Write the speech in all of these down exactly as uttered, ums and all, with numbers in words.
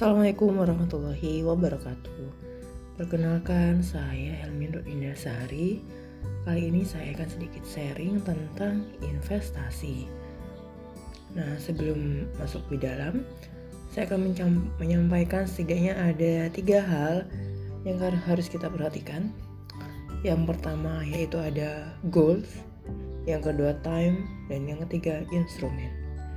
Assalamualaikum warahmatullahi wabarakatuh. Perkenalkan, saya Helmi Nur Indasari. Kali ini saya akan sedikit sharing tentang investasi. Nah, sebelum masuk di dalam, saya akan mencam- menyampaikan setidaknya ada tiga hal yang harus kita perhatikan. Yang pertama yaitu ada goals, yang kedua time, dan yang ketiga instrumen.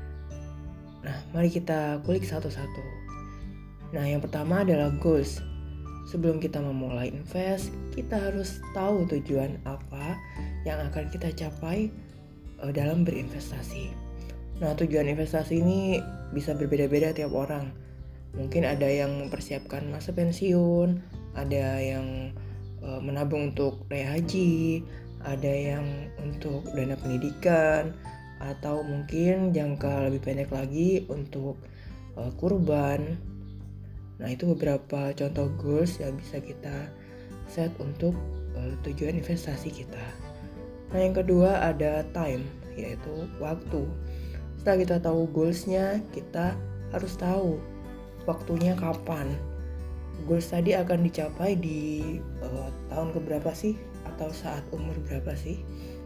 Nah, mari kita kulik satu-satu. Nah, yang pertama adalah goals. Sebelum kita memulai invest, kita harus tahu tujuan apa yang akan kita capai uh, dalam berinvestasi. Nah, tujuan investasi ini bisa berbeda-beda tiap orang. Mungkin ada yang mempersiapkan masa pensiun, ada yang uh, menabung untuk daya haji, ada yang untuk dana pendidikan, atau mungkin jangka lebih pendek lagi untuk uh, kurban. Nah, itu beberapa contoh goals yang bisa kita set untuk uh, tujuan investasi kita. Nah, yang kedua ada time, yaitu waktu. Setelah kita tahu goalsnya, kita harus tahu waktunya kapan. Goals tadi akan dicapai di uh, tahun keberapa sih? Atau saat umur berapa sih?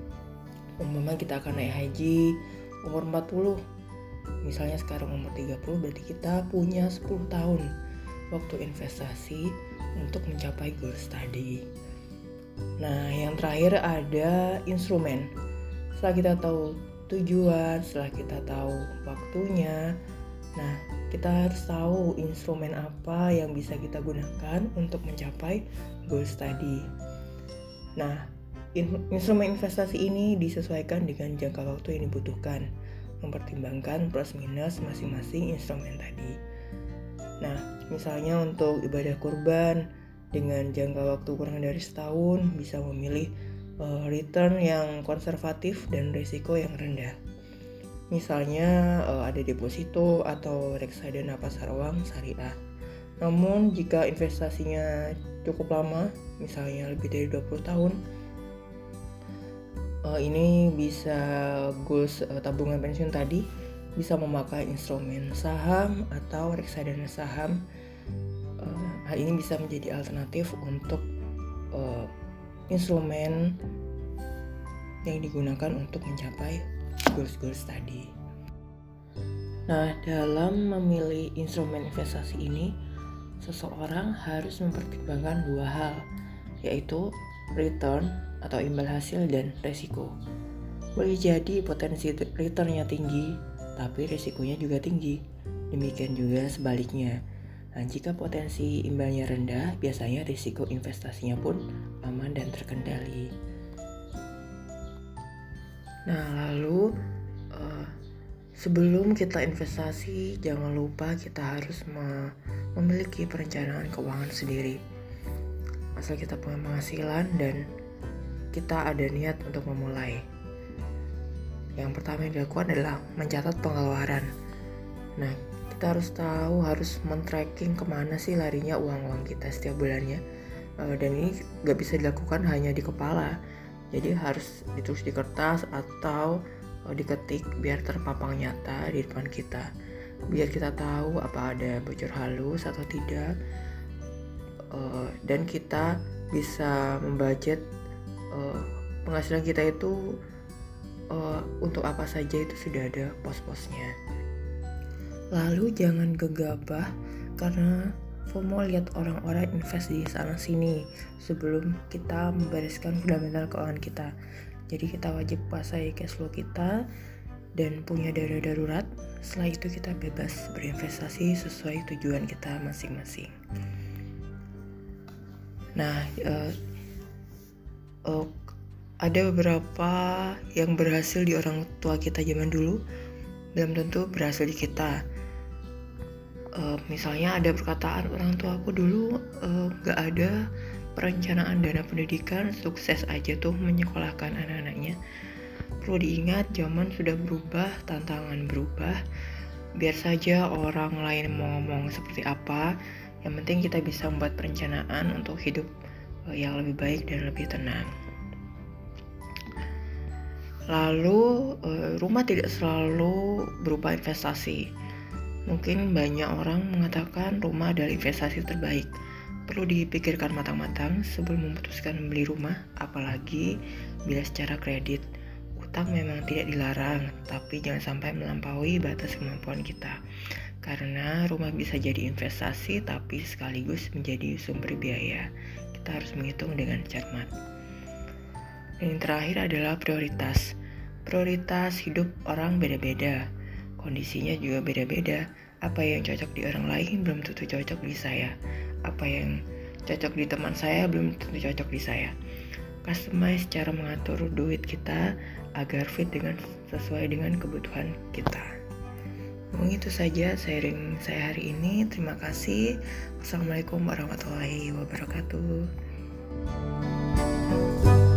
Umpama kita akan naik haji umur empat puluh. Misalnya sekarang umur tiga puluh, berarti kita punya sepuluh tahun waktu investasi untuk mencapai goals tadi. Nah, yang terakhir ada instrumen. Setelah kita tahu tujuan, setelah kita tahu waktunya, nah kita harus tahu instrumen apa yang bisa kita gunakan untuk mencapai goals tadi. Nah, in- instrumen investasi ini disesuaikan dengan jangka waktu yang dibutuhkan, mempertimbangkan plus minus masing-masing instrumen tadi. Nah, misalnya untuk ibadah kurban dengan jangka waktu kurang dari setahun bisa memilih uh, return yang konservatif dan risiko yang rendah. Misalnya uh, ada deposito atau reksadana pasar uang syariah. Namun jika investasinya cukup lama, misalnya lebih dari dua puluh tahun, uh, ini bisa goals uh, tabungan pensiun tadi bisa memakai instrumen saham atau reksadana saham. Uh, hal ini bisa menjadi alternatif untuk uh, instrumen yang digunakan untuk mencapai goals-goals tadi. Nah, dalam memilih instrumen investasi ini, seseorang harus mempertimbangkan dua hal, yaitu return atau imbal hasil dan resiko. Boleh jadi potensi returnnya tinggi, tapi risikonya juga tinggi. Demikian juga sebaliknya. Nah, jika potensi imbalnya rendah, biasanya risiko investasinya pun aman dan terkendali. Nah, lalu uh, sebelum kita investasi, jangan lupa kita harus me- memiliki perencanaan keuangan sendiri. Asal kita punya penghasilan dan kita ada niat untuk memulai. Yang pertama yang dilakukan adalah mencatat pengeluaran. Nah, kita harus tahu, harus men-tracking kemana sih larinya uang-uang kita setiap bulannya. Uh, dan ini gak bisa dilakukan hanya di kepala. Jadi harus ditulis di kertas atau uh, diketik biar terpampang nyata di depan kita. Biar kita tahu apa ada bocor halus atau tidak. Uh, dan kita bisa membudget uh, penghasilan kita itu Uh, untuk apa saja itu sudah ada pos-posnya. Lalu jangan gegabah karena FOMO lihat orang-orang invest di sana sini sebelum kita membereskan fundamental keuangan kita. Jadi kita wajib kuasai cash flow kita dan punya dana darurat. Setelah itu kita bebas berinvestasi sesuai tujuan kita masing-masing. Nah, uh, uh, ada beberapa yang berhasil di orang tua kita zaman dulu, belum tentu berhasil di kita. E, misalnya ada perkataan orang tua aku dulu e, gak ada perencanaan dana pendidikan, sukses aja tuh menyekolahkan anak-anaknya. Perlu diingat, zaman sudah berubah, tantangan berubah. Biar saja orang lain mau ngomong seperti apa, yang penting kita bisa membuat perencanaan untuk hidup e, yang lebih baik dan lebih tenang. Lalu rumah tidak selalu berupa investasi. Mungkin banyak orang mengatakan rumah adalah investasi terbaik. Perlu dipikirkan matang-matang sebelum memutuskan membeli rumah, apalagi bila secara kredit. Utang memang tidak dilarang, tapi jangan sampai melampaui batas kemampuan kita. Karena rumah bisa jadi investasi, tapi sekaligus menjadi sumber biaya. Kita harus menghitung dengan cermat. Dan yang terakhir adalah prioritas. Prioritas hidup orang beda-beda. Kondisinya juga beda-beda. Apa yang cocok di orang lain belum tentu cocok di saya. Apa yang cocok di teman saya belum tentu cocok di saya. Customize cara mengatur duit kita agar fit dengan sesuai dengan kebutuhan kita. Mungkin itu saja sharing saya hari ini. Terima kasih. Wassalamualaikum warahmatullahi wabarakatuh.